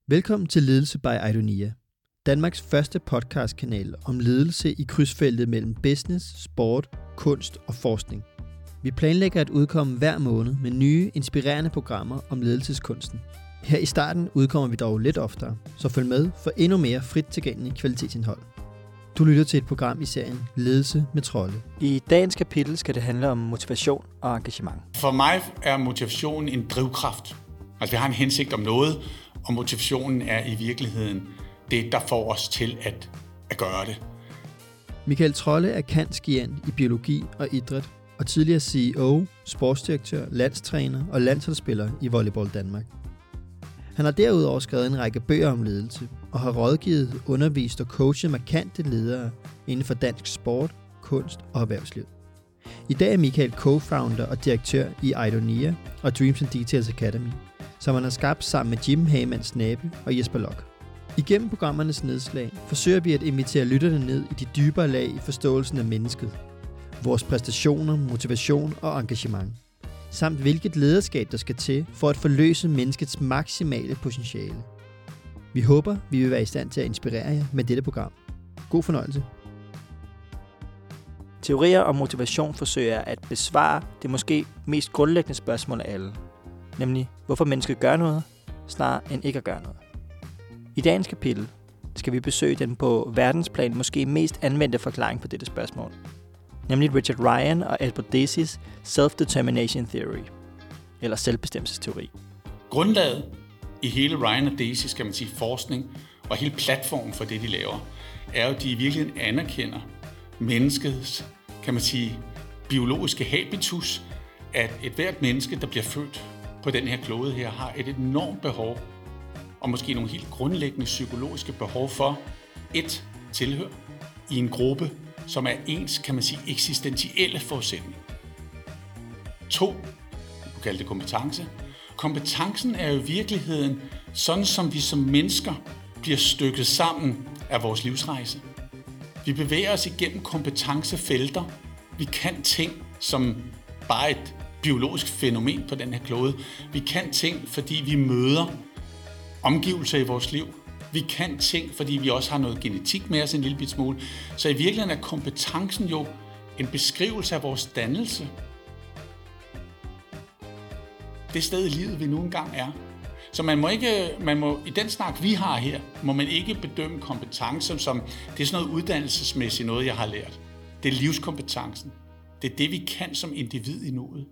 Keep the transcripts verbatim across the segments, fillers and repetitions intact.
Velkommen til Ledelse by Idonia, Danmarks første podcastkanal om ledelse i krydsfeltet mellem business, sport, kunst og forskning. Vi planlægger at udkomme hver måned med nye, inspirerende programmer om ledelseskunsten. Her i starten udkommer vi dog lidt oftere, så følg med for endnu mere frit tilgængeligt kvalitetsindhold. Du lytter til et program i serien Ledelse med Trolde. I dagens kapitel skal det handle om motivation og engagement. For mig er motivation en drivkraft. Altså vi har en hensigt om noget, og motivationen er i virkeligheden det, der får os til at, at gøre det. Michael Trolle er cand.scient i biologi og idræt, og tidligere C E O, sportsdirektør, landstræner og landsholdsspiller i Volleyball Danmark. Han har derudover skrevet en række bøger om ledelse, og har rådgivet, undervist og coachet markante ledere inden for dansk sport, kunst og erhvervsliv. I dag er Michael co-founder og direktør i Idonia og Dreams and Details Academy, som han har skabt sammen med Jim Hagemann Snabe og Jesper Lok. Igennem programmernes nedslag forsøger vi at invitere lytterne ned i de dybere lag i forståelsen af mennesket, vores præstationer, motivation og engagement, samt hvilket lederskab der skal til for at forløse menneskets maksimale potentiale. Vi håber, vi vil være i stand til at inspirere jer med dette program. God fornøjelse. Teorier om motivation forsøger at besvare det måske mest grundlæggende spørgsmål af alle, nemlig hvorfor mennesket gør noget, snarere end ikke at gøre noget. I dagens kapitel skal vi besøge den på verdensplan måske mest anvendte forklaring på dette spørgsmål, nemlig Richard Ryan og Albert Dece's Self-Determination Theory, eller selvbestemmelsesteori. Grundlaget i hele Ryan og Deci, skal man sige, forskning og hele platformen for det, de laver, er jo, at de i virkeligheden anerkender menneskets, kan man sige, biologiske habitus, at et hvert menneske, der bliver født på den her klode her, har et enormt behov, og måske nogle helt grundlæggende psykologiske behov for et tilhør i en gruppe, som er ens, kan man sige, eksistentielle forudsætning. To, du kan kalde det kompetence. Kompetencen er jo i virkeligheden sådan, som vi som mennesker bliver stykket sammen af vores livsrejse. Vi bevæger os igennem kompetencefelter. Vi kan ting som bare et biologisk fænomen på den her klode. Vi kan ting, fordi vi møder omgivelser i vores liv. Vi kan ting, fordi vi også har noget genetik med os en lille bit smule. Så i virkeligheden er kompetencen jo en beskrivelse af vores dannelse. Det sted i livet, vi nu engang er. Så man må ikke, man må, i den snak, vi har her, må man ikke bedømme kompetencen som, det er sådan noget uddannelsesmæssigt noget, jeg har lært. Det er livskompetencen. Det er det, vi kan som individ i nuet.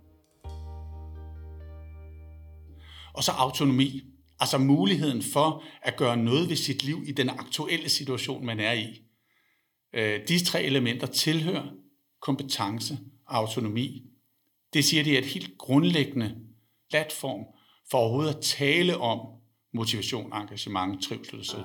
Og så autonomi. Altså muligheden for at gøre noget ved sit liv i den aktuelle situation, man er i. Disse tre elementer tilhører kompetence og autonomi. Det siger, det er et helt grundlæggende platform for overhovedet at tale om motivation, engagement, trivsel osv.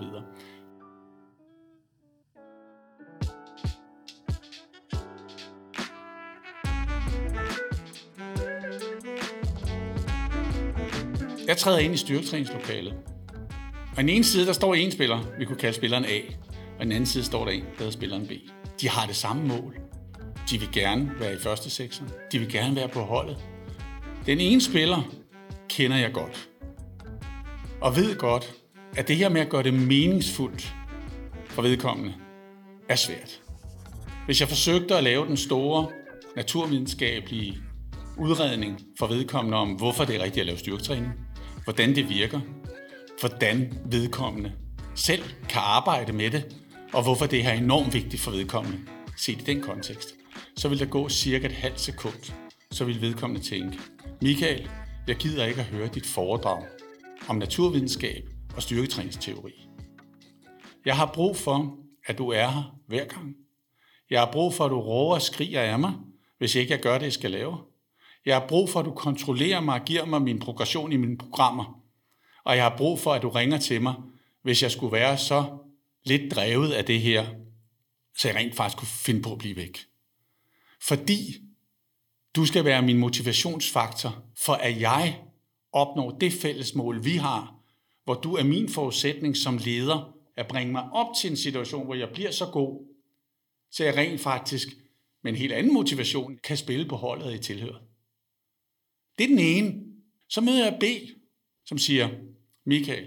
Jeg træder ind i styrketræningslokalet, og i den ene side, der står en spiller, vi kunne kalde spilleren A, og i den anden side står der en, der hedder spilleren B. De har det samme mål. De vil gerne være i første sektor. De vil gerne være på holdet. Den ene spiller kender jeg godt, og ved godt, at det her med at gøre det meningsfuldt for vedkommende er svært. Hvis jeg forsøgte at lave den store naturvidenskabelige udredning for vedkommende om, hvorfor det er rigtigt at lave styrketræning, hvordan det virker, hvordan vedkommende selv kan arbejde med det, og hvorfor det er enormt vigtigt for vedkommende, set i den kontekst, så vil der gå cirka et halvt sekund, så vil vedkommende tænke, Michael, jeg gider ikke at høre dit foredrag om naturvidenskab og styrketræningsteori. Jeg har brug for, at du er her hver gang. Jeg har brug for, at du råber og skriger af mig, hvis ikke jeg gør det, jeg skal lave. Jeg har brug for, at du kontrollerer mig og giver mig min progression i mine programmer. Og jeg har brug for, at du ringer til mig, hvis jeg skulle være så lidt drevet af det her, så jeg rent faktisk kunne finde på at blive væk. Fordi du skal være min motivationsfaktor, for at jeg opnår det fælles mål, vi har, hvor du er min forudsætning som leder, at bringe mig op til en situation, hvor jeg bliver så god, så jeg rent faktisk med en helt anden motivation kan spille på holdet i tilhøret. Det er den ene. Så møder jeg B, som siger, Michael,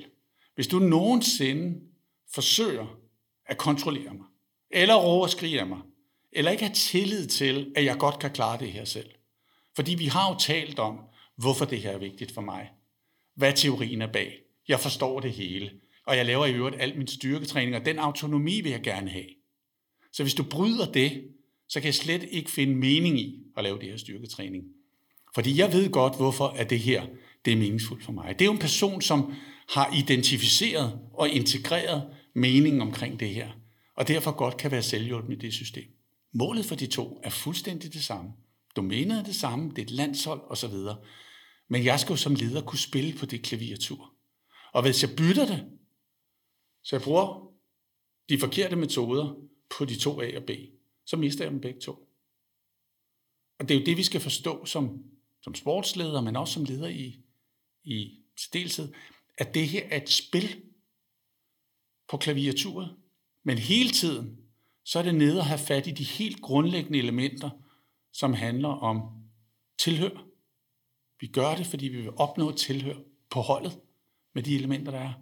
Hvis du nogensinde forsøger at kontrollere mig, eller råbe og skrige af mig, eller ikke have tillid til, at jeg godt kan klare det her selv. Fordi vi har jo talt om, hvorfor det her er vigtigt for mig. Hvad teorien er bag. Jeg forstår det hele. Og jeg laver i øvrigt al min styrketræning, og den autonomi vil jeg gerne have. Så hvis du bryder det, så kan jeg slet ikke finde mening i at lave det her styrketræning. Fordi jeg ved godt, hvorfor at det her det er meningsfuldt for mig. Det er jo en person, som har identificeret og integreret meningen omkring det her, og derfor godt kan være selvhjulpen i det system. Målet for de to er fuldstændig det samme. Domænet er det samme, det er et landshold osv. Men jeg skal jo som leder kunne spille på det klaviatur. Og hvis jeg bytter det, så jeg bruger de forkerte metoder på de to A og B, så mister jeg dem begge to. Og det er jo det, vi skal forstå som, som sportsleder, men også som leder i, i særdeleshed, at det her er et spil på klaviaturet, men hele tiden, så er det nede at have fat i de helt grundlæggende elementer, som handler om tilhør. Vi gør det, fordi vi vil opnå tilhør på holdet med de elementer, der er.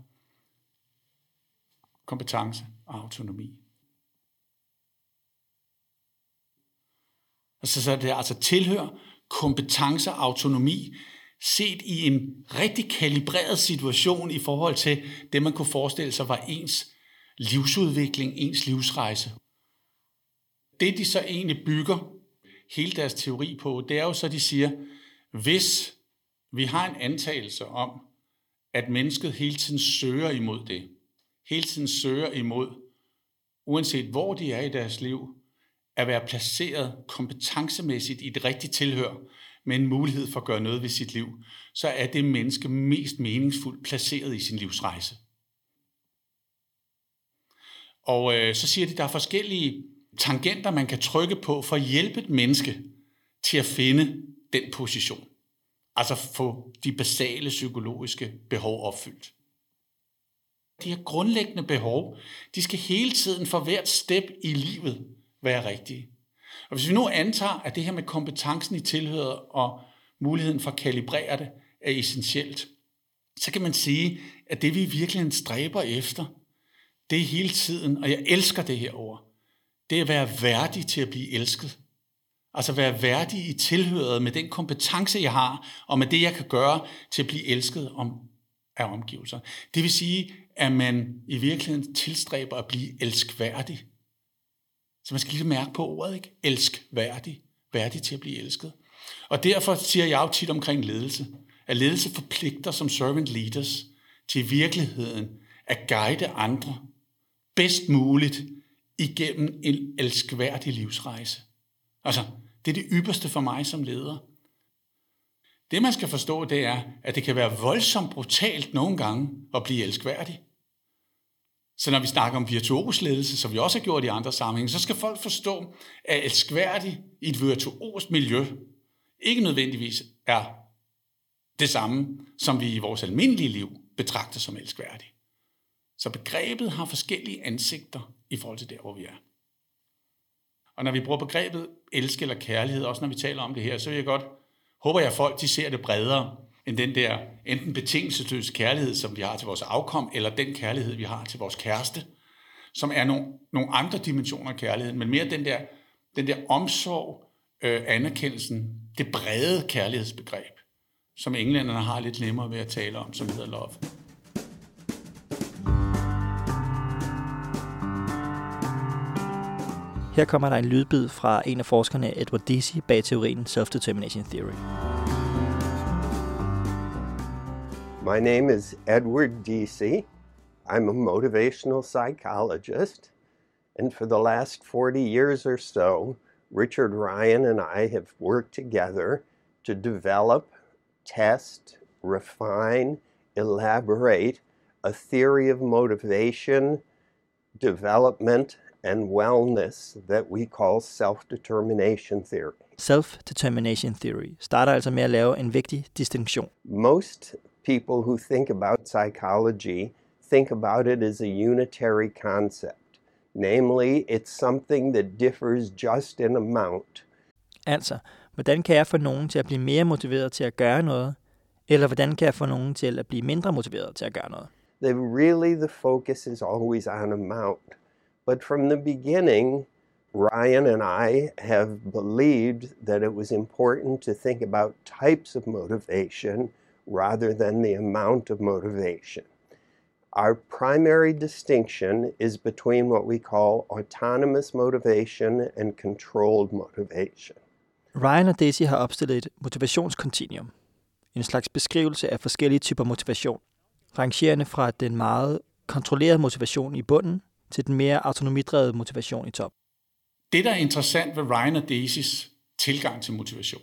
Kompetence og autonomi. Altså, så er det altså tilhør, kompetence og autonomi, set i en rigtig kalibreret situation i forhold til det, man kunne forestille sig var ens livsudvikling, ens livsrejse. Det, de så egentlig bygger hele deres teori på, det er jo så, de siger, hvis vi har en antagelse om, at mennesket hele tiden søger imod det, hele tiden søger imod, uanset hvor de er i deres liv, at være placeret kompetencemæssigt i et rigtigt tilhør, med en mulighed for at gøre noget ved sit liv, så er det menneske mest meningsfuldt placeret i sin livsrejse. Og øh, så siger de, at der er forskellige tangenter, man kan trykke på for at hjælpe et menneske til at finde den position. Altså få de basale psykologiske behov opfyldt. De her grundlæggende behov, de skal hele tiden for hvert step i livet være rigtige. Og hvis vi nu antager, at det her med kompetencen i tilhøret og muligheden for at kalibrere det er essentielt, så kan man sige, at det vi virkelig stræber efter, det er hele tiden, og jeg elsker det her ord, det er at være værdig til at blive elsket. Altså være værdig i tilhøret med den kompetence, jeg har, og med det, jeg kan gøre til at blive elsket om, af omgivelser. Det vil sige, at man i virkeligheden tilstræber at blive elskværdig. Så man skal lige mærke på ordet, ikke? Elskværdig. Værdig til at blive elsket. Og derfor siger jeg jo tit omkring ledelse, at ledelse forpligter som servant leaders til i virkeligheden at guide andre bedst muligt igennem en elskværdig livsrejse. Altså, det er det ypperste for mig som leder. Det man skal forstå, det er, at det kan være voldsomt brutalt nogle gange at blive elskværdig. Så når vi snakker om virtuos ledelse, som vi også har gjort i andre sammenhænge, så skal folk forstå, at elskværdig i et virtuost miljø ikke nødvendigvis er det samme, som vi i vores almindelige liv betragter som elskværdig. Så begrebet har forskellige ansigter i forhold til der, hvor vi er. Og når vi bruger begrebet elsk eller kærlighed, også når vi taler om det her, så vil jeg godt, håber jeg, at folk de ser det bredere end den der enten betingelsesløse kærlighed, som vi har til vores afkom, eller den kærlighed, vi har til vores kæreste, som er nogle, nogle andre dimensioner af kærligheden, men mere den der, den der omsorg, øh, anerkendelsen, det brede kærlighedsbegreb, som englænderne har lidt nemmere ved at tale om, som hedder love. Her kommer der en lydbid fra en af forskerne, Edward Deci, bag teorien Self-Determination Theory. My name is Edward Deci. I'm a motivational psychologist, and for the last forty years or so, Richard Ryan and I have worked together to develop, test, refine, elaborate a theory of motivation, development, and wellness that we call self-determination theory. Self-Determination Theory starter altså med at lave en vigtig distinktion. Most people who think about psychology think about it as a unitary concept. Namely, it's something that differs just in amount. Altså, hvordan kan jeg få nogen til at blive mere motiveret til at gøre noget, eller hvordan kan jeg få nogen til at blive mindre motiveret til at gøre noget? They really, the focus is always on amount. But from the beginning, Ryan and I have believed that it was important to think about types of motivation rather than the amount of motivation. Our primary distinction is between what we call autonomous motivation and controlled motivation. Ryan og Daisy har opstillet et motivationskontinuum, en slags beskrivelse af forskellige typer motivation, rangerende fra den meget kontrollerede motivation i bunden til den mere autonomidrevede motivation i top. Det, der er interessant ved Ryan og Daisys tilgang til motivation,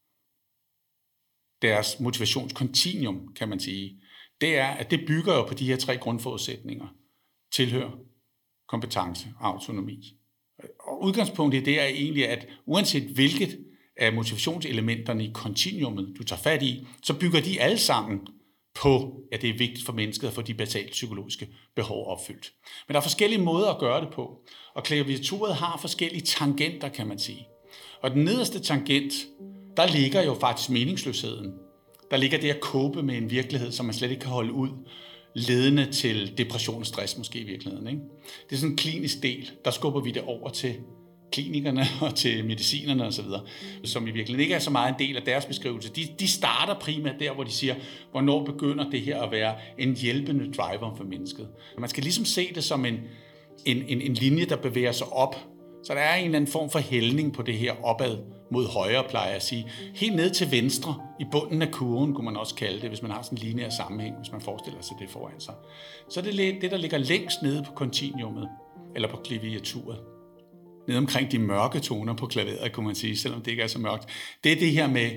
deres motivationskontinuum, kan man sige, det er, at det bygger jo på de her tre grundforudsætninger. Tilhør, kompetence og autonomi. Og udgangspunktet i det er egentlig, at uanset hvilket af motivationselementerne i kontinuumet, du tager fat i, så bygger de alle sammen på, at det er vigtigt for mennesket at få de basale psykologiske behov opfyldt. Men der er forskellige måder at gøre det på, og klaviaturet har forskellige tangenter, kan man sige. Og den nederste tangent, der ligger jo faktisk meningsløsheden. Der ligger det at cope med en virkelighed, som man slet ikke kan holde ud, ledende til depression og stress måske i virkeligheden. Ikke? Det er sådan en klinisk del, der skubber vi det over til klinikerne og til medicinerne osv., som i virkeligheden ikke er så meget en del af deres beskrivelse. De, de starter primært der, hvor de siger, hvornår begynder det her at være en hjælpende driver for mennesket. Man skal ligesom se det som en, en, en, en linje, der bevæger sig op. Så der er en eller anden form for hældning på det her opad mod højre, plejer jeg at sige. Helt ned til venstre, i bunden af kurven, kunne man også kalde det, hvis man har sådan en lineær sammenhæng, hvis man forestiller sig det foran sig. Så det er det, der ligger længst nede på kontinuumet, eller på klaviaturet. Nede omkring de mørke toner på klaveret, kunne man sige, selvom det ikke er så mørkt. Det er det her med,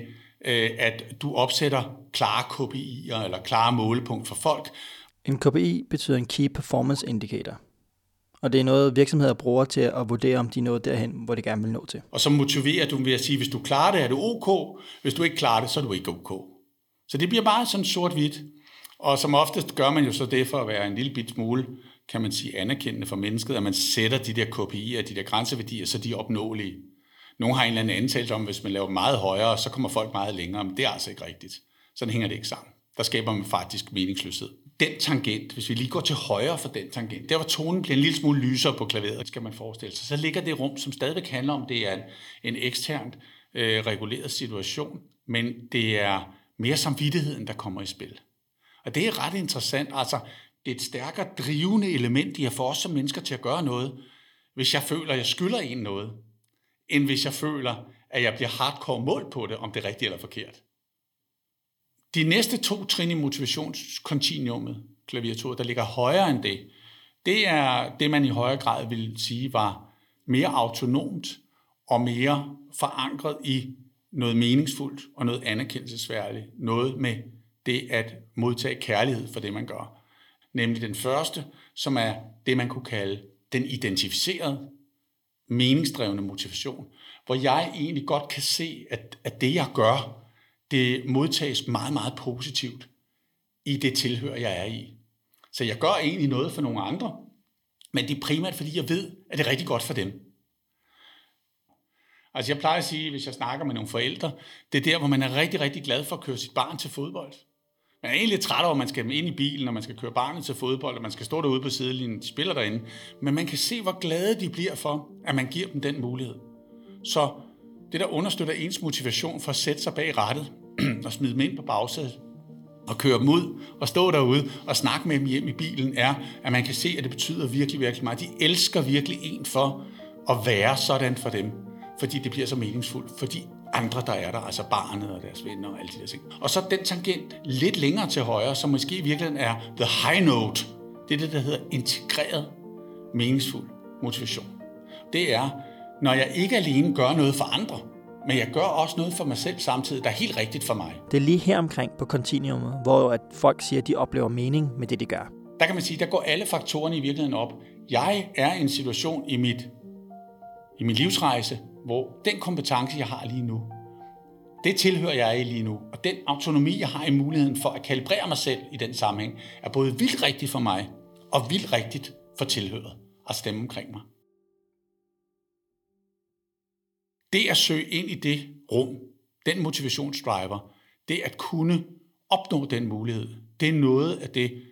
at du opsætter klare K P I'er, eller klare målepunkt for folk. En K P I betyder en Key Performance Indicator. Og det er noget, virksomheder bruger til at vurdere, om de er nået derhen, hvor de gerne vil nå til. Og så motiverer du ved at sige, hvis du klarer det, er du ok. Hvis du ikke klarer det, så er du ikke ok. Så det bliver bare sådan sort-hvidt. Og som oftest gør man jo så det for at være en lille bit smule, kan man sige, anerkendende for mennesket, at man sætter de der K P I'er, de der grænseværdier, så de er opnåelige. Nogle har en eller anden antagelse om, at hvis man laver meget højere, så kommer folk meget længere, men det er altså ikke rigtigt. Sådan hænger det ikke sammen. Der skaber man faktisk meningsløshed. Den tangent, hvis vi lige går til højre for den tangent, der hvor tonen bliver en lille smule lysere på klaveret, skal man forestille sig, så ligger det rum, som stadigvæk handler om, det er en, en eksternt øh, reguleret situation, men det er mere samvittigheden, der kommer i spil. Og det er ret interessant, altså det er et stærkere drivende element i at få os som mennesker til at gøre noget, hvis jeg føler, at jeg skylder en noget, end hvis jeg føler, at jeg bliver hardcore målt på det, om det er rigtigt eller forkert. De næste to trin i motivationskontinuumet, klaviaturet, der ligger højere end det, det er det, man i højere grad vil sige var mere autonomt og mere forankret i noget meningsfuldt og noget anerkendelsesværdigt. Noget med det at modtage kærlighed for det, man gør. Nemlig den første, som er det, man kunne kalde den identificerede, meningsdrevne motivation, hvor jeg egentlig godt kan se, at, at det, jeg gør, det modtages meget, meget positivt i det tilhør, jeg er i. Så jeg gør egentlig noget for nogle andre, men det er primært, fordi jeg ved, at det er rigtig godt for dem. Altså jeg plejer at sige, hvis jeg snakker med nogle forældre, det er der, hvor man er rigtig, rigtig glad for at køre sit barn til fodbold. Man er egentlig træt over, at man skal ind i bilen, og man skal køre barnet til fodbold, og man skal stå derude på sidelinjen, de spiller derinde. Men man kan se, hvor glade de bliver for, at man giver dem den mulighed. Så det, der understøtter ens motivation for at sætte sig bag rattet, og smide dem ind på bagsædet, og køre dem ud, og stå derude, og snakke med dem hjem i bilen, er, at man kan se, at det betyder virkelig, virkelig meget. De elsker virkelig en for at være sådan for dem, fordi det bliver så meningsfuldt, fordi andre, der er der, altså barnet og deres venner og alle de der ting. Og så den tangent lidt længere til højre, som måske i virkeligheden er the high note. Det er det, der hedder integreret, meningsfuld motivation. Det er, når jeg ikke alene gør noget for andre, men jeg gør også noget for mig selv samtidig, der er helt rigtigt for mig. Det er lige her omkring på kontinuumet, hvor at folk siger, at de oplever mening med det, de gør. Der kan man sige, der går alle faktorerne i virkeligheden op. Jeg er i en situation i, mit, i min livsrejse, hvor den kompetence, jeg har lige nu, det tilhører jeg i lige nu. Og den autonomi, jeg har i muligheden for at kalibrere mig selv i den sammenhæng, er både vildt rigtigt for mig, og vildt rigtigt for tilhøret, altså dem omkring mig. Det at søge ind i det rum, den motivationsdriver, det at kunne opnå den mulighed, det er noget af det,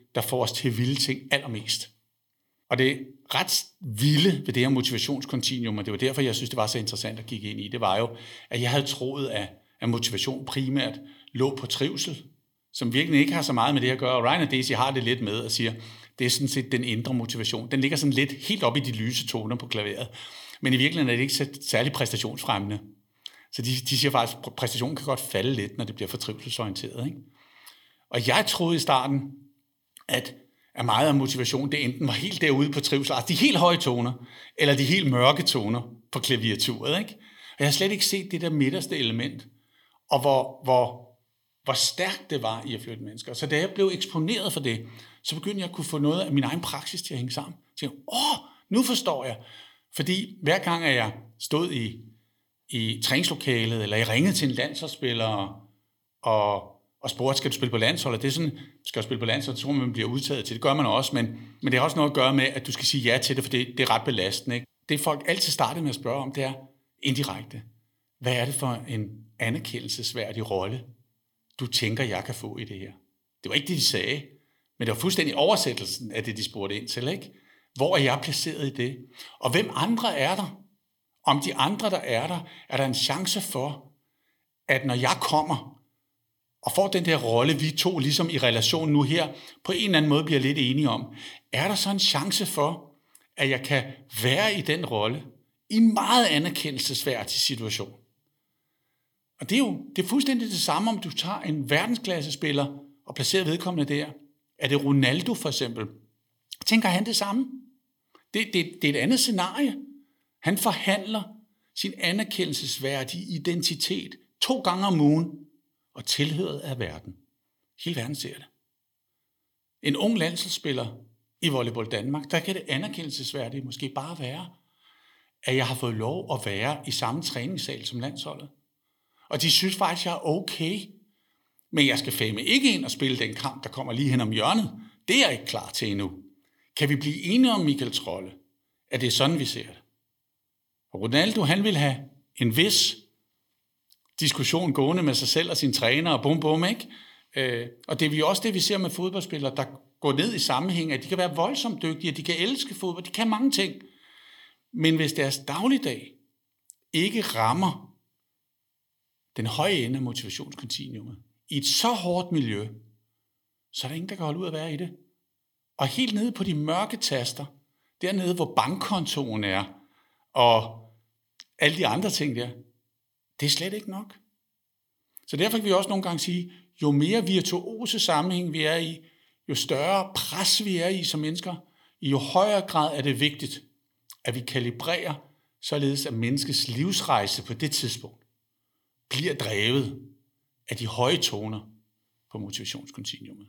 der får os til at ville ting allermest. Og det ret vilde ved det her motivationskontinuum, og det var derfor, jeg synes, det var så interessant at kigge ind i, det var jo, at jeg havde troet, at, at motivation primært lå på trivsel, som virkelig ikke har så meget med det at gøre. Og Ryan og Daisy har det lidt med og siger, det er sådan set den indre motivation. Den ligger sådan lidt helt op i de lyse toner på klaveret. Men i virkeligheden er det ikke særlig præstationsfremmende. Så de, de siger faktisk, at præstationen kan godt falde lidt, når det bliver for trivselsorienteret. Ikke? Og jeg troede i starten, at, at meget af motivation, det enten var helt derude på trivsel, altså de helt høje toner, eller de helt mørke toner på klaviaturet. Ikke? Og jeg har slet ikke set det der midterste element, og hvor, hvor, hvor stærkt det var i at flytte mennesker. Så da jeg blev eksponeret for det, så begyndte jeg at kunne få noget af min egen praksis til at hænge sammen. Så jeg, åh, nu forstår jeg. Fordi hver gang, at jeg stod i, i træningslokalet, eller jeg ringede til en landsholdsspiller, og, og spurgte, skal du spille på landsholdet? Det er sådan, skal du spille på landsholdet, så tror man bliver udtaget til. Det gør man også, men, men det har også noget at gøre med, at du skal sige ja til det, for det, det er ret belastende. Ikke? Det folk altid starter med at spørge om, det er indirekte. Hvad er det for en anerkendelsesværdig rolle, du tænker, jeg kan få i det her? Det var ikke det, de sagde, men det var fuldstændig oversættelsen af det, de spurgte ind til, ikke? Hvor er jeg placeret i det? Og hvem andre er der? Om de andre, der er der, er der en chance for, at når jeg kommer og får den der rolle, vi to ligesom i relation nu her, på en eller anden måde bliver lidt enige om, er der så en chance for, at jeg kan være i den rolle i en meget anerkendelsesværdig situation? Og det er jo det er fuldstændig det samme, om du tager en verdensklassespiller og placerer vedkommende der. Er det Ronaldo for eksempel? Tænker han det samme? Det, det, det er et andet scenarie. Han forhandler sin anerkendelsesværdige identitet to gange om ugen og tilhøret af verden. Hele verden ser det. En ung landsholdsspiller i Volleyball Danmark, der kan det anerkendelsesværdige måske bare være, at jeg har fået lov at være i samme træningssal som landsholdet. Og de synes faktisk, jeg er okay. Men jeg skal fandme ikke ind og spille den kamp, der kommer lige hen om hjørnet. Det er jeg ikke klar til endnu. Kan vi blive enige om, Michael Trolle, at det er sådan, vi ser det? Og Ronaldo, han vil have en vis diskussion gående med sig selv og sin træner, og bum bum, ikke? Øh, og det er vi også det, vi ser med fodboldspillere, der går ned i sammenhæng, at de kan være voldsomt dygtige, de kan elske fodbold, de kan mange ting. Men hvis deres dagligdag ikke rammer den høje ende af motivationskontinuumet i et så hårdt miljø, så er der ingen, der kan holde ud at være i det. Og helt nede på de mørke taster, dernede hvor bankkontoen er, og alle de andre ting der, det er slet ikke nok. Så derfor kan vi også nogle gange sige, jo mere virtuose sammenhæng vi er i, jo større pres vi er i som mennesker, i jo højere grad er det vigtigt, at vi kalibrerer, således at menneskets livsrejse på det tidspunkt bliver drevet af de høje toner på motivationskontinuumet.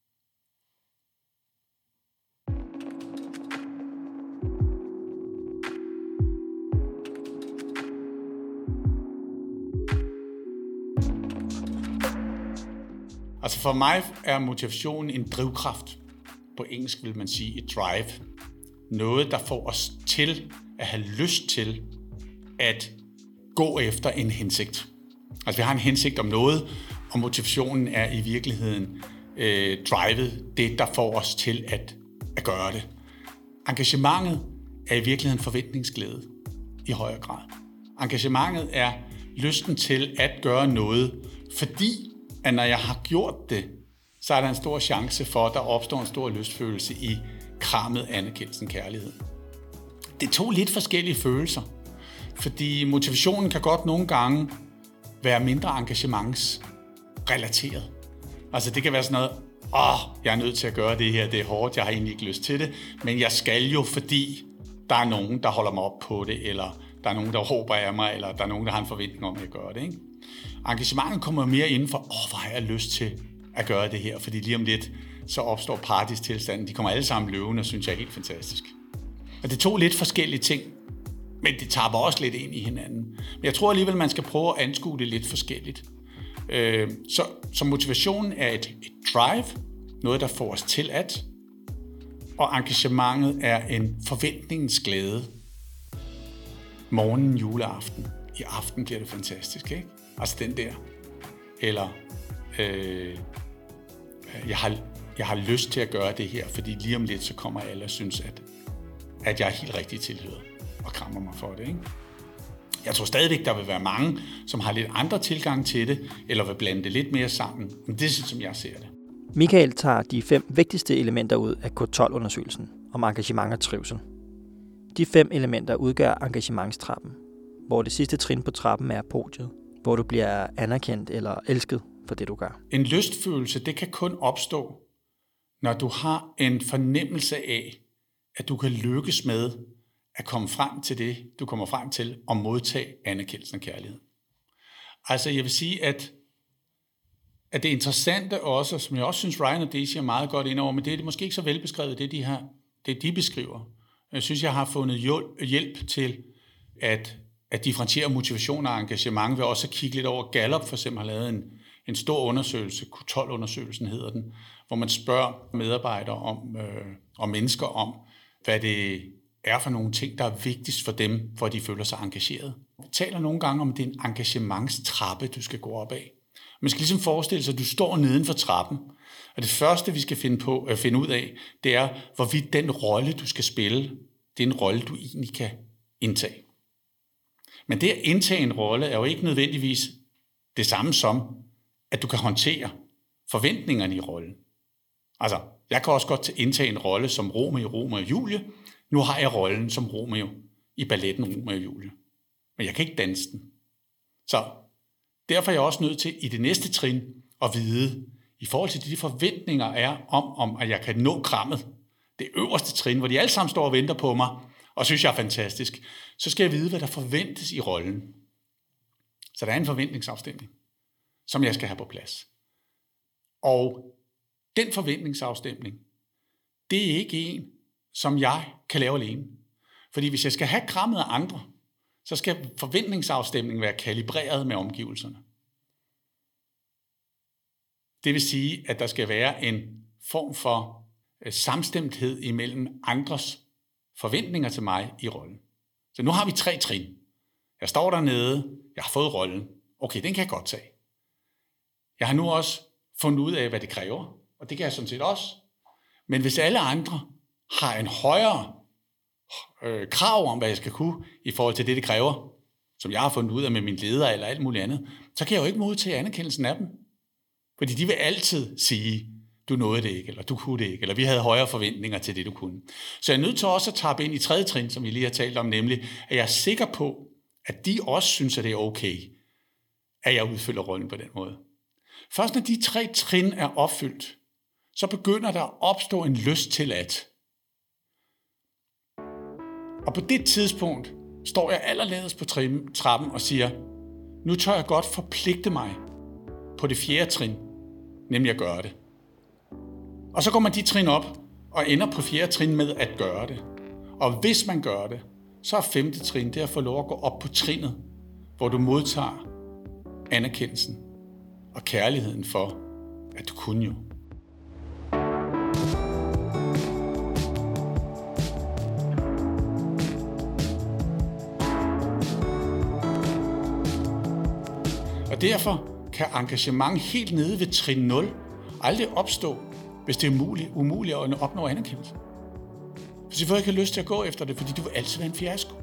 Altså for mig er motivation en drivkraft. På engelsk vil man sige et drive. Noget, der får os til at have lyst til at gå efter en hensigt. Altså vi har en hensigt om noget, og motivationen er i virkeligheden øh, drivet, det der får os til at, at gøre det. Engagementet er i virkeligheden forventningsglæde i højere grad. Engagementet er lysten til at gøre noget, fordi at når jeg har gjort det, så er der en stor chance for, at der opstår en stor lystfølelse i krammet, anerkendelsen, kærlighed. Det er to lidt forskellige følelser, fordi motivationen kan godt nogle gange være mindre engagementsrelateret. Altså det kan være sådan noget, åh, jeg er nødt til at gøre det her, det er hårdt, jeg har egentlig ikke lyst til det, men jeg skal jo, fordi der er nogen, der holder mig op på det, eller der er nogen, der håber af mig, eller der er nogen, der har en forventning om, at jeg gør det, ikke? Engagementet kommer mere inden for, åh, hvor har jeg lyst til at gøre det her, fordi lige om lidt, så opstår partistilstanden. De kommer alle sammen løvende, og synes jeg er helt fantastisk. Og det er to lidt forskellige ting, men det tapper også lidt ind i hinanden. Men jeg tror alligevel, man skal prøve at anskue det lidt forskelligt. Øh, så, så motivationen er et, et drive, noget der får os til at, og engagementet er en forventningens glæde. Morgenen juleaften. I aften bliver det fantastisk, ikke? Altså den der. Eller, øh, jeg har jeg har lyst til at gøre det her, fordi lige om lidt, så kommer alle og synes, at, at jeg er helt rigtig tilhøret og krammer mig for det, ikke? Jeg tror stadigvæk, der vil være mange, som har lidt andre tilgang til det, eller vil blande det lidt mere sammen. Men det er sådan, som jeg ser det. Michael tager de fem vigtigste elementer ud af K tolv-undersøgelsen om engagement og trivsel. De fem elementer udgør engagementstrappen, hvor det sidste trin på trappen er podiet, hvor du bliver anerkendt eller elsket for det, du gør. En lystfølelse, det kan kun opstå, når du har en fornemmelse af, at du kan lykkes med at komme frem til det, du kommer frem til, og modtage anerkendelsen og kærlighed. Altså, jeg vil sige, at, at det interessante også, som jeg også synes, Ryan og Daisy er meget godt ind over, men det er måske ikke så velbeskrevet, det de, her, det de beskriver. Jeg synes, jeg har fundet hjælp til at, at differentiere motivation og engagement ved også at kigge lidt over. Gallup for eksempel har lavet en, en stor undersøgelse, Q tolv-undersøgelsen hedder den, hvor man spørger medarbejdere om, øh, og mennesker om, hvad det er for nogle ting, der er vigtigst for dem, for at de føler sig engageret. Vi taler nogle gange om, at det er en engagementstrappe, du skal gå op af. Man skal ligesom forestille sig, at du står neden for trappen, og det første, vi skal finde, på, at finde ud af, det er, hvorvidt den rolle, du skal spille, det er en rolle, du egentlig kan indtage. Men det at indtage en rolle er jo ikke nødvendigvis det samme som, at du kan håndtere forventningerne i rollen. Altså, jeg kan også godt indtage en rolle som Romeo, Romeo og Julie. Nu har jeg rollen som Romeo i balletten Romeo og Julie. Men jeg kan ikke danse den. Så derfor er jeg også nødt til i det næste trin at vide, i forhold til de forventninger er om, om at jeg kan nå krammet, det øverste trin, hvor de alle sammen står og venter på mig, og synes jeg er fantastisk, så skal jeg vide, hvad der forventes i rollen. Så der er en forventningsafstemning, som jeg skal have på plads. Og den forventningsafstemning, det er ikke en, som jeg kan lave alene. Fordi hvis jeg skal have krammet af andre, så skal forventningsafstemningen være kalibreret med omgivelserne. Det vil sige, at der skal være en form for samstemthed imellem andres forventninger til mig i rollen. Så nu har vi tre trin. Jeg står dernede, jeg har fået rollen. Okay, den kan jeg godt tage. Jeg har nu også fundet ud af, hvad det kræver, og det kan jeg sådan set også. Men hvis alle andre har en højere øh, krav om, hvad jeg skal kunne i forhold til det, det kræver, som jeg har fundet ud af med min leder eller alt muligt andet, så kan jeg jo ikke modtage anerkendelsen af dem. Fordi de vil altid sige, du nåede det ikke, eller du kunne det ikke, eller vi havde højere forventninger til det, du kunne. Så jeg er nødt til også at tappe ind i tredje trin, som vi lige har talt om, nemlig, at jeg er sikker på, at de også synes, at det er okay, at jeg udfylder rollen på den måde. Først når de tre trin er opfyldt, så begynder der at opstå en lyst til at. Og på det tidspunkt står jeg allerlængst på trappen og siger, nu tør jeg godt forpligte mig på det fjerde trin, nemlig at gøre det. Og så går man de trin op og ender på fjerde trin med at gøre det. Og hvis man gør det, så er femte trin det at få lov at gå op på trinet, hvor du modtager anerkendelsen og kærligheden for, at du kunne jo. Og derfor kan engagement helt nede ved trin nul aldrig opstå, hvis det er umuligt, umuligt at opnå anerkendelse. Hvis du ikke har lyst til at gå efter det, fordi du vil altid være en fiasko.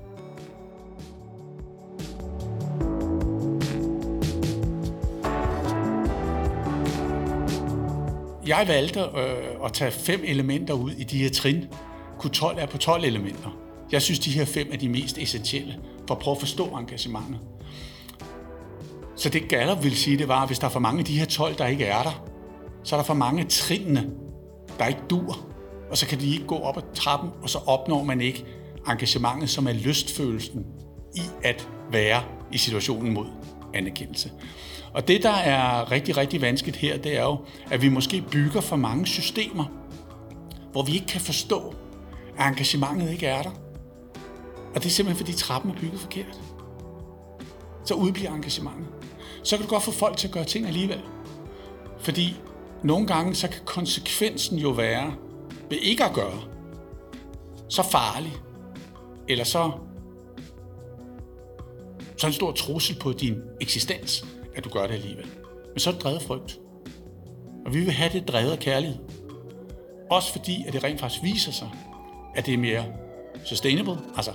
Jeg valgte øh, at tage fem elementer ud i de her trin. Q tolv er på tolv elementer. Jeg synes, de her fem er de mest essentielle for at prøve at forstå engagementet. Så det Gallup vil sige, det var, at hvis der er for mange af de her tolv, der ikke er der, så er der for mange af trinene, der ikke dur. Og så kan de ikke gå op ad trappen, og så opnår man ikke engagementet, som er lystfølelsen i at være i situationen mod anerkendelse. Og det, der er rigtig, rigtig vanskeligt her, det er jo, at vi måske bygger for mange systemer, hvor vi ikke kan forstå, at engagementet ikke er der. Og det er simpelthen, fordi trappen er bygget forkert. Så udbliver engagementet. Så kan du godt få folk til at gøre ting alligevel. Fordi nogle gange, så kan konsekvensen jo være, ved ikke at gøre, så farlig, eller så, så en stor trussel på din eksistens, at du gør det alligevel. Men så er det drevet frygt. Og vi vil have det drevet af kærlighed. Også fordi, at det rent faktisk viser sig, at det er mere sustainable. Altså,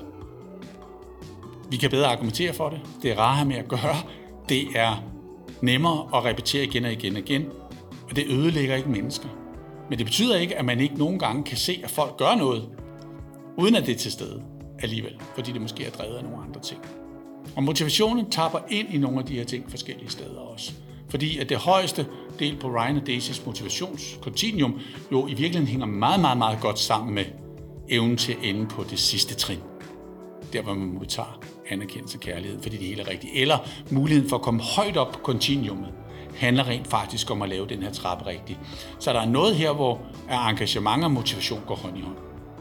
vi kan bedre argumentere for det. Det er rarere med at gøre. Det er nemmere at repetere igen og igen og igen. Og det ødelægger ikke mennesker. Men det betyder ikke, at man ikke nogen gange kan se, at folk gør noget, uden at det er til stede alligevel. Fordi det måske er drevet af nogle andre ting. Og motivationen tapper ind i nogle af de her ting forskellige steder også. Fordi at det højeste del på Ryan og Daisys motivationskontinuum jo i virkeligheden hænger meget, meget, meget godt sammen med evnen til at ende på det sidste trin. Der hvor man modtager anerkendelse og kærlighed, fordi det hele er rigtigt. Eller muligheden for at komme højt op på kontinuumet handler rent faktisk om at lave den her trappe rigtigt. Så der er noget her, hvor engagement og motivation går hånd i hånd.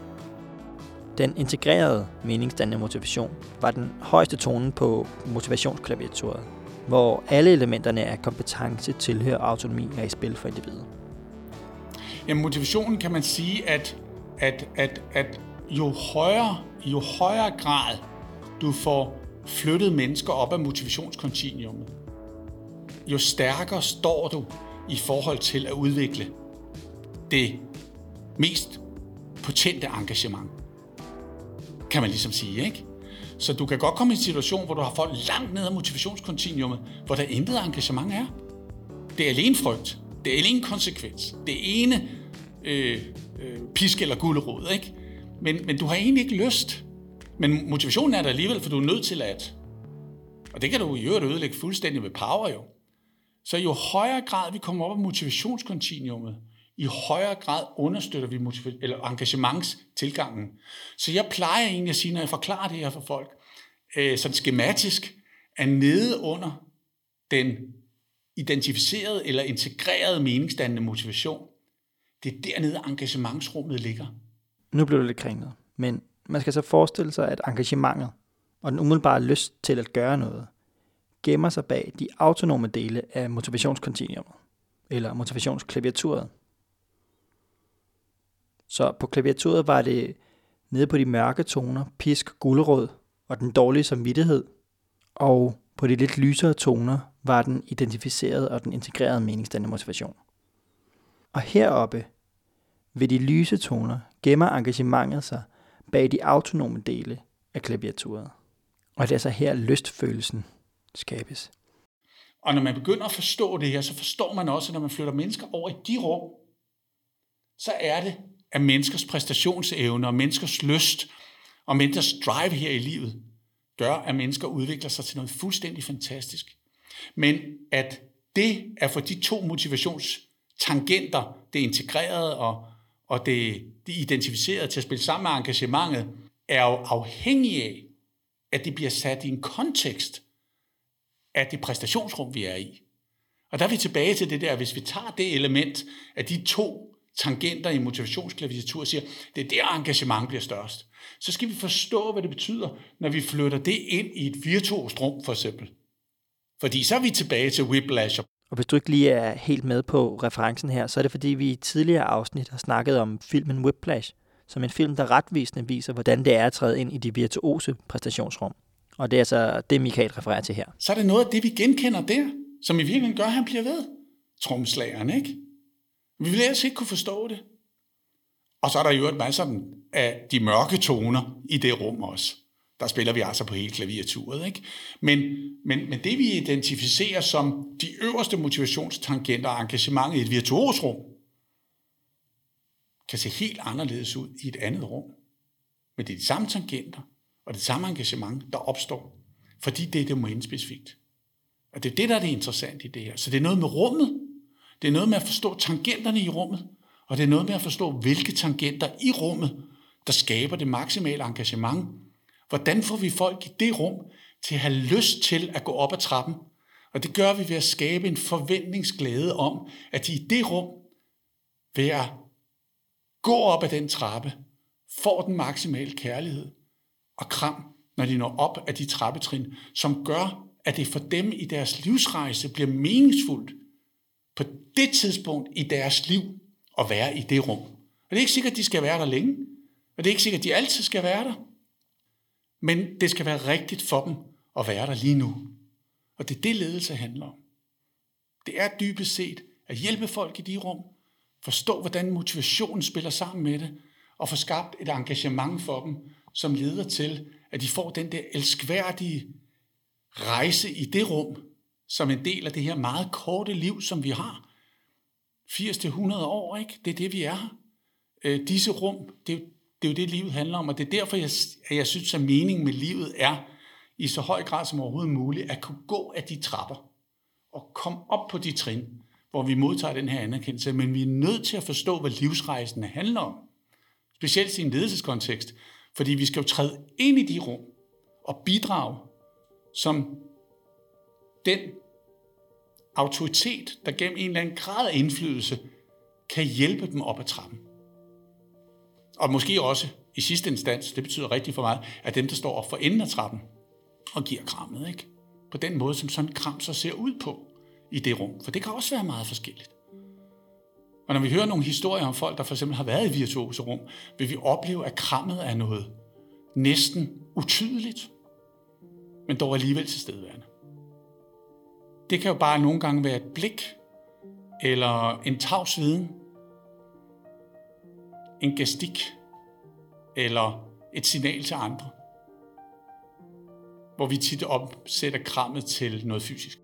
Den integrerede meningsdannende motivation var den højeste tone på motivationsklaviaturet, hvor alle elementerne af kompetence, tilhør og autonomi er i spil for individet. Jamen, motivationen kan man sige, at, at, at, at jo, højere, jo højere grad du får flyttet mennesker op af motivationskontinuumet, jo stærkere står du i forhold til at udvikle det mest potente engagement, kan man ligesom sige, ikke? Så du kan godt komme i en situation, hvor du har folk langt ned af motivationskontinuumet, hvor der intet engagement er. Det er alene frygt. Det er alene konsekvens. Det ene øh, øh, pisk eller gulerod, ikke? Men, men du har egentlig ikke lyst. Men motivationen er der alligevel, for du er nødt til at. Og det kan du i øvrigt ødelægge fuldstændig med power jo. Så jo højere grad vi kommer op af motivationskontinuumet, i højere grad understøtter vi motiv- eller engagementstilgangen. Så jeg plejer egentlig at sige, når jeg forklarer det her for folk, øh, sådan skematisk, at nede under den identificerede eller integrerede meningsdannende motivation, det er dernede engagementsrummet ligger. Nu blev det lidt kringlet, men man skal så forestille sig, at engagementet og den umiddelbare lyst til at gøre noget, gemmer sig bag de autonome dele af motivationskontinuumet, eller motivationsklaviaturet. Så på klaviaturet var det nede på de mørke toner, pisk, gulerod og den dårlige samvittighed, og på de lidt lysere toner var den identificerede og den integrerede meningsdannende motivation. Og heroppe ved de lyse toner gemmer engagementet sig bag de autonome dele af klaviaturet. Og det er så her lystfølelsen skabes. Og når man begynder at forstå det her, så forstår man også, at når man flytter mennesker over i de rum, så er det, at menneskers præstationsevne og menneskers lyst og menneskers drive her i livet gør, at mennesker udvikler sig til noget fuldstændig fantastisk. Men at det er for de to motivationstangenter, det integrerede og, og det, det identificerede til at spille sammen med engagementet, er jo afhængig af, at det bliver sat i en kontekst af det præstationsrum, vi er i. Og der er vi tilbage til det der, hvis vi tager det element af de to tangenter i motivationsklaviatur og siger, det er der engagement bliver størst, så skal vi forstå, hvad det betyder, når vi flytter det ind i et virtuost rum, for eksempel. Fordi så er vi tilbage til Whiplash. Og hvis du ikke lige er helt med på referencen her, så er det fordi, vi i tidligere afsnit har snakket om filmen Whiplash, som en film, der retvisende viser, hvordan det er at træde ind i de virtuose præstationsrum. Og det er altså det, Michael refererer til her. Så er det noget af det, vi genkender der, som i virkeligheden gør, at han bliver ved. Trommeslageren, ikke? Vi vil ellers ikke kunne forstå det. Og så er der jo et masser af de mørke toner i det rum også. Der spiller vi altså på hele klaviaturet, ikke? Men, men, men det vi identificerer som de øverste motivationstangenter og engagementet i et virtuosrum, kan se helt anderledes ud i et andet rum. Men det er de samme tangenter og det samme engagement, der opstår, fordi det er domænespecifikt. Og det er det, der er det interessante i det her. Så det er noget med rummet, det er noget med at forstå tangenterne i rummet, og det er noget med at forstå, hvilke tangenter i rummet, der skaber det maksimale engagement. Hvordan får vi folk i det rum til at have lyst til at gå op ad trappen? Og det gør vi ved at skabe en forventningsglæde om, at de i det rum, ved at gå op ad den trappe, får den maksimale kærlighed og kram, når de når op af de trappetrin, som gør, at det for dem i deres livsrejse bliver meningsfuldt på det tidspunkt i deres liv at være i det rum. Og det er ikke sikkert, at de skal være der længe, og det er ikke sikkert, at de altid skal være der. Men det skal være rigtigt for dem at være der lige nu. Og det er det, ledelse handler om. Det er dybest set at hjælpe folk i de rum, Forstå, hvordan motivationen spiller sammen med det, og få skabt et engagement for dem, som leder til, at de får den der elskværdige rejse i det rum, som en del af det her meget korte liv, som vi har. firs til hundrede år, ikke? Det er det, vi er her. Øh, disse rum, det er, det er jo det, livet handler om, og det er derfor, jeg, at jeg synes, at meningen med livet er, i så høj grad som overhovedet muligt, at kunne gå af de trapper, og komme op på de trin, hvor vi modtager den her anerkendelse, men vi er nødt til at forstå, hvad livsrejsen handler om. Specielt i en ledelseskontekst, fordi vi skal jo træde ind i de rum, og bidrage som den autoritet, der gennem en eller anden grad af indflydelse, kan hjælpe dem op ad trappen. Og måske også i sidste instans, det betyder rigtig for meget, at dem, der står op for enden af trappen og giver krammet, ikke? På den måde, som sådan en kram så ser ud på i det rum. For det kan også være meget forskelligt. Og når vi hører nogle historier om folk, der for eksempel har været i virtuose rum, vil vi opleve, at krammet er noget næsten utydeligt, men dog alligevel tilstedeværende. Det kan jo bare nogle gange være et blik, eller en tavs viden, en gestik, eller et signal til andre, hvor vi tit opsætter krammet til noget fysisk.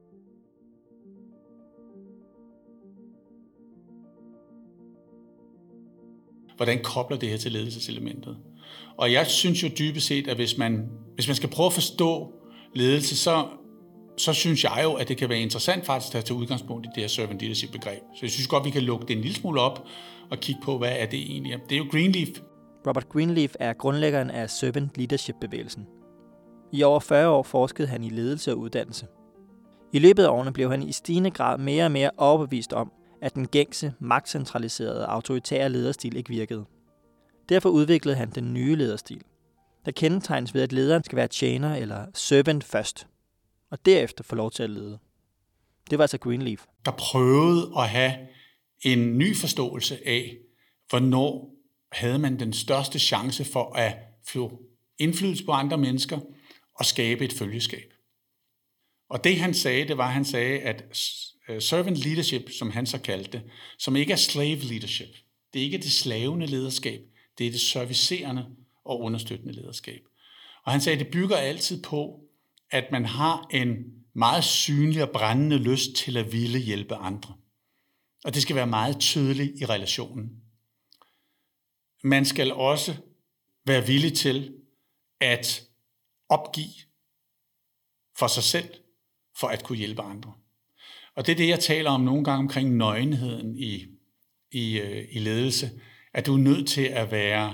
Hvordan kobler det her til ledelseselementet? Og jeg synes jo dybest set, at hvis man, hvis man skal prøve at forstå ledelse, så, så synes jeg jo, at det kan være interessant faktisk at tage udgangspunkt i det her servant leadership begreb. Så jeg synes godt, vi kan lukke det en lille smule op og kigge på, hvad er det egentlig? Det er jo Greenleaf. Robert Greenleaf er grundlæggeren af servant leadership-bevægelsen. I over fyrre år forskede han i ledelse og uddannelse. I løbet af årene blev han i stigende grad mere og mere overbevist om, at den gængse, magtcentraliserede, autoritære lederstil ikke virkede. Derfor udviklede han den nye lederstil, der kendetegnes ved, at lederen skal være tjener eller servant først, og derefter få lov til at lede. Det var altså Greenleaf. Der prøvede at have en ny forståelse af, hvornår havde man den største chance for at få indflydelse på andre mennesker og skabe et følgeskab. Og det han sagde, det var, at han sagde, at servant leadership, som han så kaldte det, som ikke er slave leadership, det er ikke det slavende lederskab, det er det servicerende og understøttende lederskab. Og han sagde, at det bygger altid på, at man har en meget synlig og brændende lyst til at ville hjælpe andre. Og det skal være meget tydeligt i relationen. Man skal også være villig til at opgive for sig selv, for at kunne hjælpe andre. Og det er det, jeg taler om nogle gange omkring nøgenheden i, i, i ledelse, at du er nødt til at være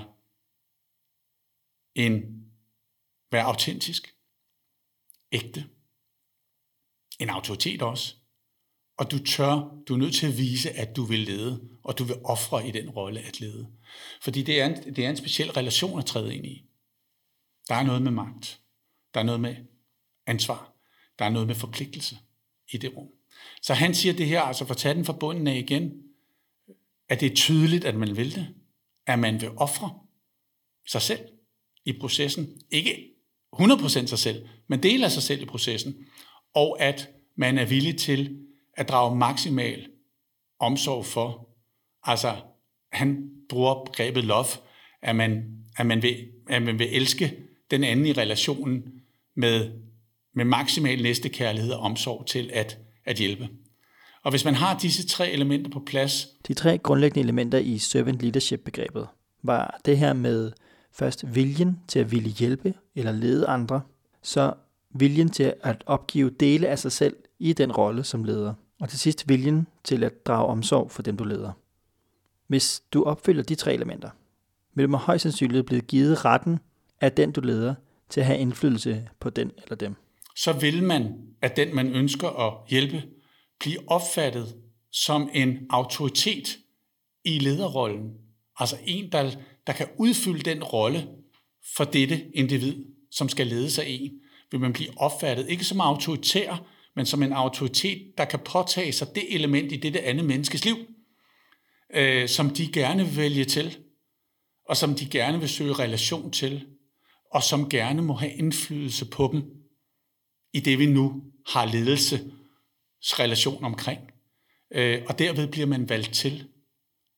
en være autentisk, ægte, en autoritet også, og du tør, du er nødt til at vise, at du vil lede, og du vil ofre i den rolle at lede. Fordi det er en, det er en speciel relation at træde ind i. Der er noget med magt, der er noget med ansvar, der er noget med forpligtelse i det rum. Så han siger det her, altså for at tage den fra bunden af igen, at det er tydeligt, at man vil det, at man vil ofre sig selv i processen, ikke hundrede procent sig selv, men del af sig selv i processen, og at man er villig til at drage maksimal omsorg for, altså han bruger begrebet love, at man, at man, vil, at man vil elske den anden i relationen med, med maksimal næstekærlighed og omsorg til at, at hjælpe. Og hvis man har disse tre elementer på plads... De tre grundlæggende elementer i servant leadership-begrebet var det her med først viljen til at ville hjælpe eller lede andre, så viljen til at opgive dele af sig selv i den rolle som leder, og til sidst viljen til at drage omsorg for dem, du leder. Hvis du opfylder de tre elementer, vil du med højst sandsynligt blive givet retten af den, du leder, til at have indflydelse på den eller dem. Så vil man, at den, man ønsker at hjælpe, blive opfattet som en autoritet i lederrollen. Altså en, der, der kan udfylde den rolle for dette individ, som skal lede sig en, vil man blive opfattet ikke som autoritær, men som en autoritet, der kan påtage sig det element i dette andet menneskes liv, øh, som de gerne vil vælge til, og som de gerne vil søge relation til, og som gerne må have indflydelse på dem i det, vi nu har ledelsesrelation omkring. Øh, og derved bliver man valgt til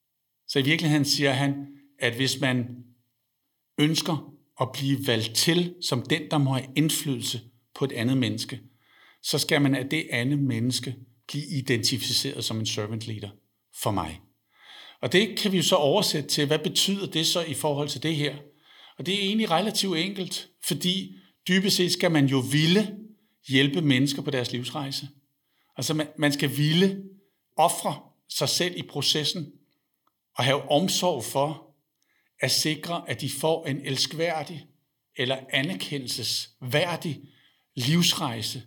Så i virkeligheden siger han, at hvis man ønsker at blive valgt til som den, der må have indflydelse på et andet menneske, så skal man af det andet menneske blive identificeret som en servant leader for mig. Og det kan vi jo så oversætte til, hvad betyder det så i forhold til det her? Og det er egentlig relativt enkelt, fordi dybest set skal man jo ville hjælpe mennesker på deres livsrejse. Altså man, man skal ville ofre sig selv i processen og have omsorg for at sikre, at de får en elskværdig eller anerkendelsesværdig livsrejse.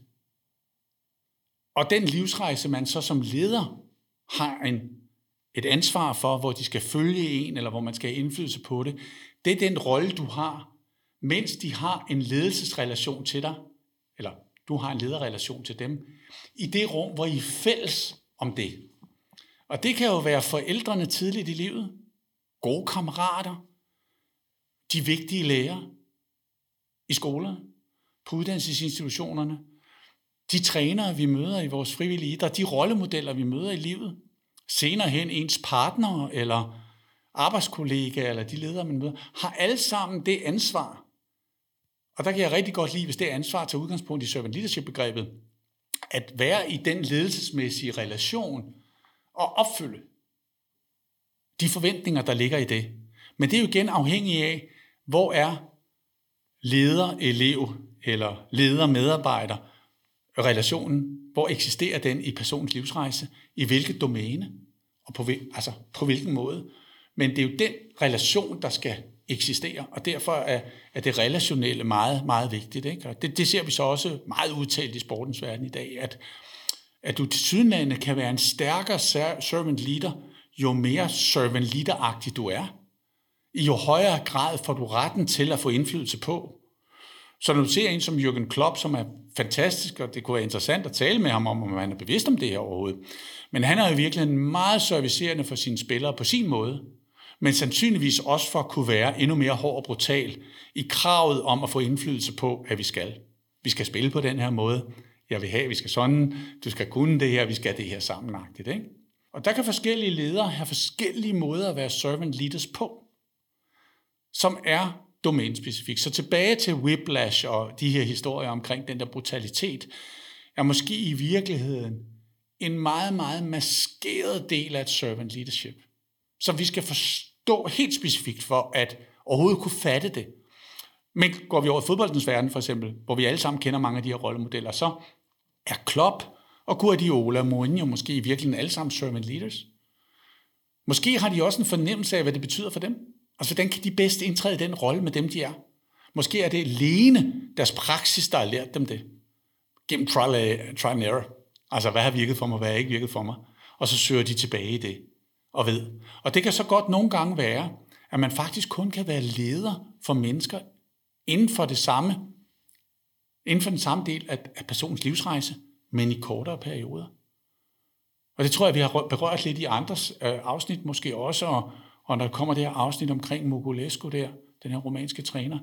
Og den livsrejse, man så som leder har en, et ansvar for, hvor de skal følge en, eller hvor man skal have indflydelse på det, det er den rolle, du har, mens de har en ledelsesrelation til dig, eller du har en lederrelation til dem, i det rum, hvor I er fælles om det. Og det kan jo være forældrene tidligt i livet, gode kammerater, de vigtige lærere i skolerne, på uddannelsesinstitutionerne, de trænere, vi møder i vores frivillige idræt, de rollemodeller, vi møder i livet, senere hen ens partner eller arbejdskollegaer eller de ledere, man møder, har alle sammen det ansvar. Og der kan jeg rigtig godt lide, hvis det ansvar tager udgangspunkt i servant leadership-begrebet, at være i den ledelsesmæssige relation og opfylde de forventninger, der ligger i det. Men det er jo igen afhængigt af, hvor er leder-elev eller leder-medarbejder relationen, hvor eksisterer den i personens livsrejse, i hvilket domæne, og på, altså på hvilken måde. Men det er jo den relation, der skal eksistere, og derfor er, er det relationelle meget, meget vigtigt. Ikke? Og det, det ser vi så også meget udtalt i sportens verden i dag, at, at du tilsyneladende kan være en stærkere servant leader, jo mere servant leader-agtig du er. I jo højere grad får du retten til at få indflydelse på. Så når du ser en som Jürgen Klopp, som er fantastisk, og det kunne være interessant at tale med ham om, om han er bevidst om det her overhovedet. Men han er jo virkelig meget servicerende for sine spillere på sin måde, men sandsynligvis også for at kunne være endnu mere hård og brutal i kravet om at få indflydelse på, at vi skal. Vi skal spille på den her måde. Jeg vil have, vi skal sådan, du skal kunne det her, vi skal det her sammenagtigt. Ikke? Og der kan forskellige ledere have forskellige måder at være servant leaders på, som er domænespecifik. Så tilbage til Whiplash og de her historier omkring den der brutalitet, er måske i virkeligheden en meget, meget maskeret del af et servant leadership, som vi skal forstå helt specifikt for at overhovedet kunne fatte det. Men går vi over i fodboldens verden for eksempel, hvor vi alle sammen kender mange af de her rollemodeller, så er Klopp og Guardiola og Mourinho måske i virkeligheden alle sammen servant leaders. Måske har de også en fornemmelse af, hvad det betyder for dem. Altså, hvordan kan de bedst indtræde i den rolle med dem, de er? Måske er det alene deres praksis, der har lært dem det. Gennem trial, trial and error. Altså, hvad har virket for mig, hvad har ikke virket for mig? Og så søger de tilbage i det og ved. Og det kan så godt nogle gange være, at man faktisk kun kan være leder for mennesker inden for det samme, inden for den samme del af, af personens livsrejse, men i kortere perioder. Og det tror jeg, vi har berørt lidt i andres øh, afsnit måske også, og Og når der kommer det her afsnit omkring Mogulescu der, den her romanske træner,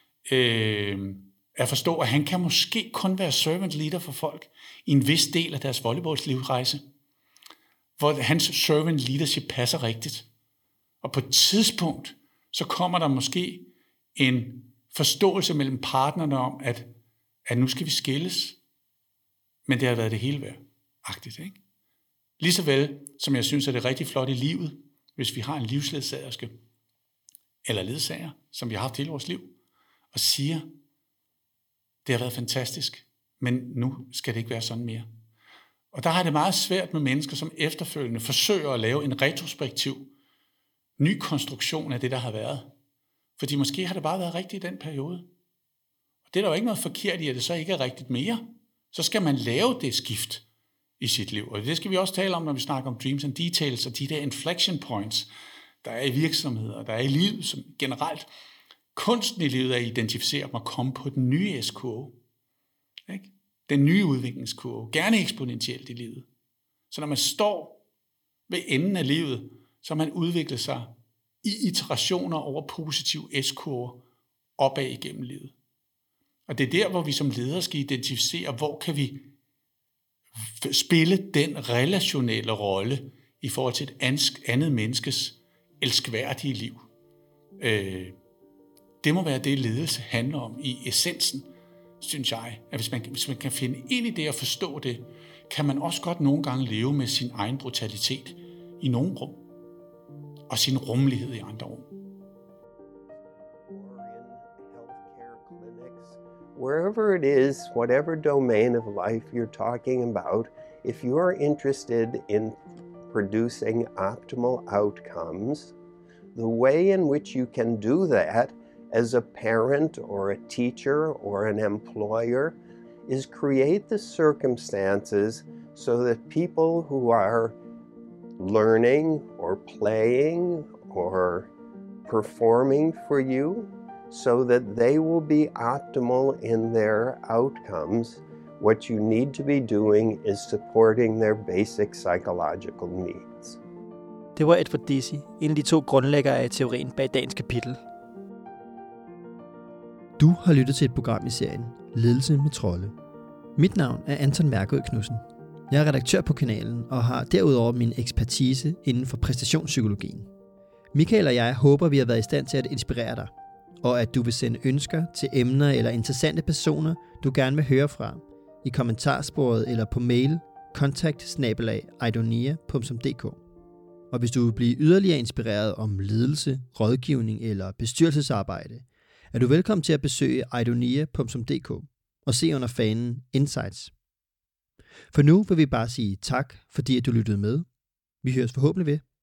øh, at forstå, at han kan måske kun være servant leader for folk i en vis del af deres volleyballslivsrejse, hvor hans servant leadership passer rigtigt. Og på et tidspunkt, så kommer der måske en forståelse mellem partnerne om, at, at nu skal vi skilles, men det har været det hele værd, agtigt, ikke? Ligeså vel, som jeg synes, at det er rigtig flot i livet, hvis vi har en livsledsagerske eller ledsager, som vi har haft hele vores liv, og siger, det har været fantastisk, men nu skal det ikke være sådan mere. Og der har det meget svært med mennesker, som efterfølgende forsøger at lave en retrospektiv, ny konstruktion af det, der har været. Fordi måske har det bare været rigtigt i den periode. Og det er der jo ikke noget forkert i, at det så ikke er rigtigt mere. Så skal man lave det skift i sit liv. Og det skal vi også tale om, når vi snakker om dreams and details, og de der inflection points, der er i virksomheder, der er i livet som generelt. Kunsten i livet er at identificere dem og komme på den nye S K O. Ikke? Den nye udviklingskurve. Gerne eksponentielt i livet. Så når man står ved enden af livet, så har man udviklet sig i iterationer over positiv S-kurver opad igennem livet. Og det er der, hvor vi som ledere skal identificere, hvor kan vi spille den relationelle rolle i forhold til et andet menneskes elskværdige liv. Øh, det må være det, ledelse handler om i essensen, synes jeg. At hvis man, hvis man kan finde ind i det og forstå det, kan man også godt nogle gange leve med sin egen brutalitet i nogle rum, og sin rummelighed i andre rum. Wherever it is, whatever domain of life you're talking about, if you are interested in producing optimal outcomes, the way in which you can do that as a parent or a teacher or an employer is create the circumstances so that people who are learning or playing or performing for you, so that they will be optimal in their outcomes. What you need to be doing is supporting their basic psychological needs. Det var Edward Deci, en af de to grundlæggere af teorien bag dagens kapitel. Du har lyttet til et program i serien Ledelse med trolde. Mit navn er Anton Mærkød Knudsen. Jeg er redaktør på kanalen og har derudover min ekspertise inden for præstationspsykologien. Michael og jeg håber, vi har været i stand til at inspirere dig, og at du vil sende ønsker til emner eller interessante personer, du gerne vil høre fra, i kommentarsporet eller på mail kontakt snabel-a eidonia punktum d k. Og hvis du vil blive yderligere inspireret om ledelse, rådgivning eller bestyrelsesarbejde, er du velkommen til at besøge eidonia punktum d k og se under fanen Insights. For nu vil vi bare sige tak, fordi at du lyttede med. Vi høres forhåbentlig ved